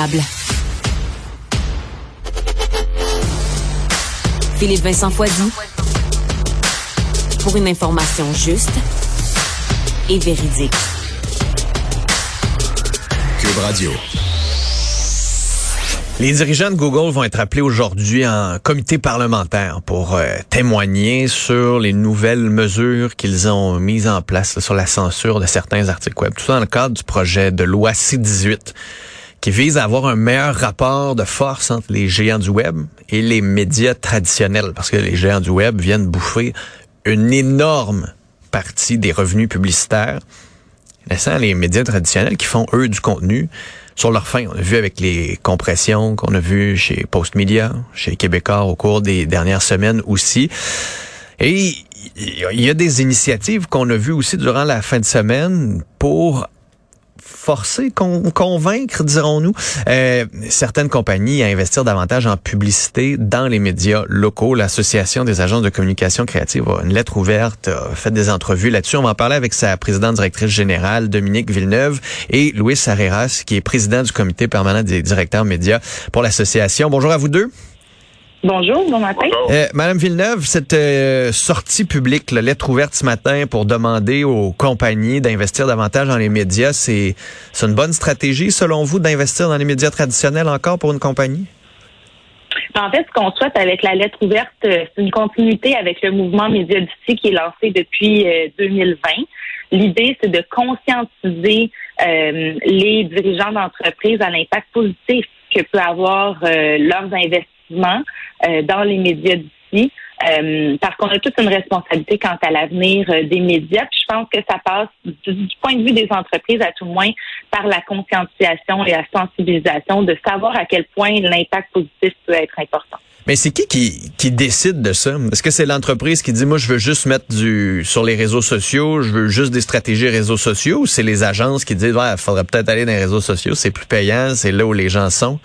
table. Philippe Vincent Foisy, pour une information juste et véridique. Cube Radio. Les dirigeants de Google vont être appelés aujourd'hui en comité parlementaire pour témoigner sur les nouvelles mesures qu'ils ont mises en place sur la censure de certains articles web. Tout ça dans le cadre du projet de loi C-18 qui vise à avoir un meilleur rapport de force entre les géants du web et les médias traditionnels, parce que les géants du web viennent bouffer une énorme partie des revenus publicitaires, laissant les médias traditionnels qui font, eux, du contenu sur leur faim. On a vu avec les compressions qu'on a vues chez Postmedia, chez Québécois au cours des dernières semaines aussi. Et il y a des initiatives qu'on a vues aussi durant la fin de semaine pour forcer, convaincre, dirons-nous, certaines compagnies à investir davantage en publicité dans les médias locaux. L'Association des agences de communication créative a une lettre ouverte, a fait des entrevues là-dessus. On va en parler avec sa présidente directrice générale, Dominique Villeneuve, et Louis Arreras, qui est président du comité permanent des directeurs médias pour l'association. Bonjour à vous deux. Bonjour, bon matin. Madame Villeneuve, cette sortie publique, la lettre ouverte ce matin pour demander aux compagnies d'investir davantage dans les médias, c'est une bonne stratégie selon vous d'investir dans les médias traditionnels encore pour une compagnie? En fait, ce qu'on souhaite avec la lettre ouverte, c'est une continuité avec le mouvement Médias d'ici qui est lancé depuis 2020. L'idée, c'est de conscientiser les dirigeants d'entreprises à l'impact positif que peut avoir leurs investissements dans les médias d'ici, parce qu'on a toute une responsabilité quant à l'avenir des médias. Puis je pense que ça passe du point de vue des entreprises, à tout le moins, par la conscientisation et la sensibilisation, de savoir à quel point l'impact positif peut être important. Mais c'est qui décide de ça? Est-ce que c'est l'entreprise qui dit, moi, je veux juste mettre sur les réseaux sociaux, je veux juste des stratégies réseaux sociaux, ou c'est les agences qui disent, ouais, faudrait peut-être aller dans les réseaux sociaux, c'est plus payant, c'est là où les gens sont?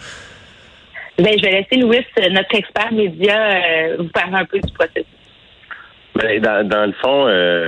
Ben, je vais laisser Louis, notre expert média, vous parler un peu du processus. Ben, dans le fond,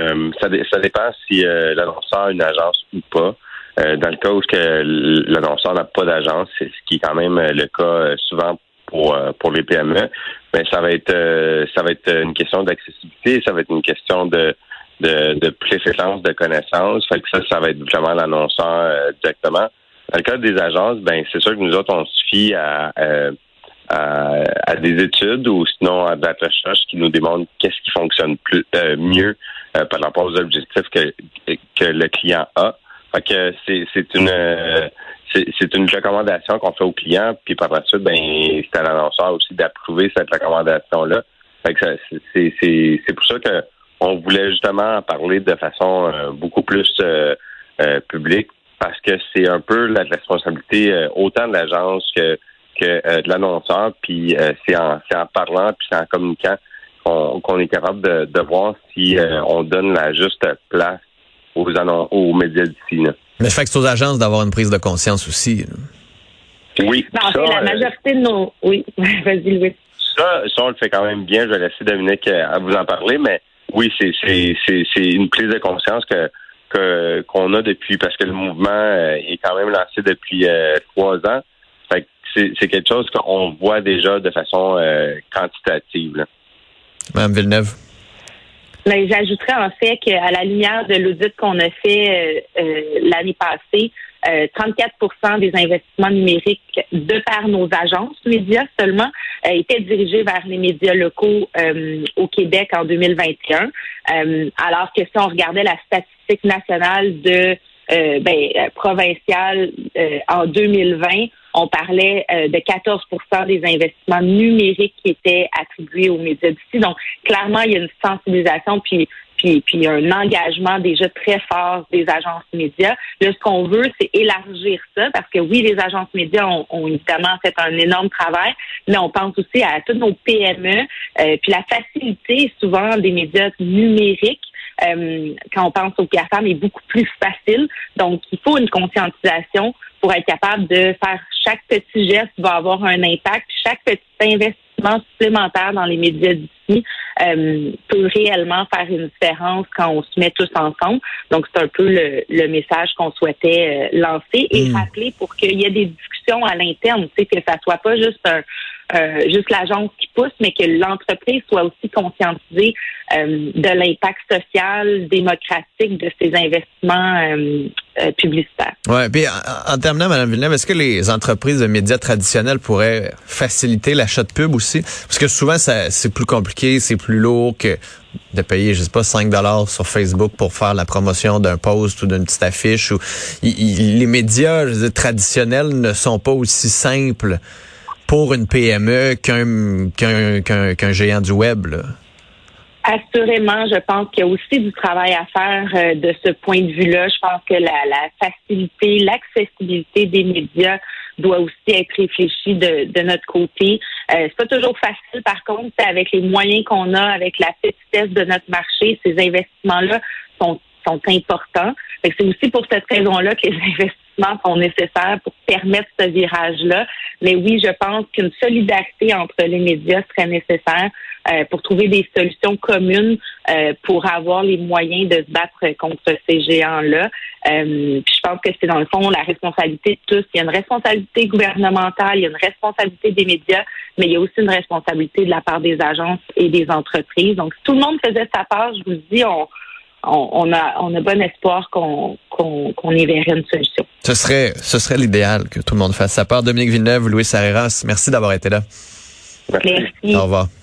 ça dépend si l'annonceur a une agence ou pas. Dans le cas où l'annonceur n'a pas d'agence, c'est ce qui est quand même le cas souvent pour les PME. Ben, ça va être une question d'accessibilité, ça va être une question de préférence, de connaissance. Fait que ça va être vraiment l'annonceur directement. Dans le cas des agences, ben c'est sûr que nous autres, on se fie à des études ou sinon à de la recherche qui nous démontre qu'est-ce qui fonctionne mieux par rapport aux objectifs que le client a. Fait que c'est une recommandation qu'on fait au client, puis par la suite, ben c'est à l'annonceur aussi d'approuver cette recommandation-là. Fait que c'est pour ça que on voulait justement en parler de façon beaucoup plus publique, parce que c'est un peu la responsabilité autant de l'agence que de l'annonceur, puis c'est en parlant puis c'est en communiquant qu'on est capable de voir si on donne la juste place aux médias d'ici. Là. Mais ça fait que c'est aux agences d'avoir une prise de conscience aussi. Là. Oui. Non, ça, la majorité de nos... Oui, vas-y, Louis. Ça, on le fait quand même bien. Je vais laisser Dominique à vous en parler, mais oui, c'est une prise de conscience qu'on a depuis, parce que le mouvement est quand même lancé depuis 3 ans. Fait que c'est quelque chose qu'on voit déjà de façon quantitative. Là. Mme Villeneuve. Mais j'ajouterais en fait qu'à la lumière de l'audit qu'on a fait l'année passée, 34% des investissements numériques de par nos agences médias seulement étaient dirigés vers les médias locaux au Québec en 2021, alors que si on regardait la statistique nationale de provinciale en 2020, on parlait de 14% des investissements numériques qui étaient attribués aux médias d'ici. Donc, clairement, il y a une sensibilisation puis un engagement déjà très fort des agences médias. Là, ce qu'on veut, c'est élargir ça, parce que oui, les agences médias ont évidemment fait un énorme travail, mais on pense aussi à toutes nos PME, puis la facilité souvent des médias numériques. Quand on pense aux GAFAM, est beaucoup plus facile. Donc, il faut une conscientisation pour être capable de faire chaque petit geste va avoir un impact. Chaque petit investissement supplémentaire dans les médias d'ici aussi, peut réellement faire une différence quand on se met tous ensemble. Donc, c'est un peu le message qu'on souhaitait lancer et rappeler pour qu'il y ait des discussions à l'interne, tu sais, que ça soit pas juste juste l'agence qui pousse, mais que l'entreprise soit aussi conscientisée de l'impact social, démocratique de ces investissements publicitaires. Ouais, puis en terminant, Mme Villeneuve, est-ce que les entreprises de médias traditionnels pourraient faciliter l'achat de pub aussi? Parce que souvent, c'est plus compliqué, c'est plus lourd que de payer, je sais pas, 5 $ sur Facebook pour faire la promotion d'un post ou d'une petite affiche. Ou les médias, je veux dire, traditionnels ne sont pas aussi simples pour une PME qu'un géant du web, là. Assurément, je pense qu'il y a aussi du travail à faire de ce point de vue-là. Je pense que la facilité, l'accessibilité des médias doit aussi être réfléchie de notre côté. C'est pas toujours facile, par contre, avec les moyens qu'on a, avec la petitesse de notre marché, ces investissements-là sont importants. C'est aussi pour cette raison-là que les investissements sont nécessaires pour permettre ce virage-là. Mais oui, je pense qu'une solidarité entre les médias serait nécessaire pour trouver des solutions communes pour avoir les moyens de se battre contre ces géants-là. Puis je pense que c'est dans le fond la responsabilité de tous. Il y a une responsabilité gouvernementale, il y a une responsabilité des médias, mais il y a aussi une responsabilité de la part des agences et des entreprises. Donc, si tout le monde faisait sa part, je vous dis, on a bon espoir qu'on y verrait une solution. Ce serait l'idéal que tout le monde fasse sa part. Dominique Villeneuve, Louis Sarreras, merci d'avoir été là. Merci. Au revoir.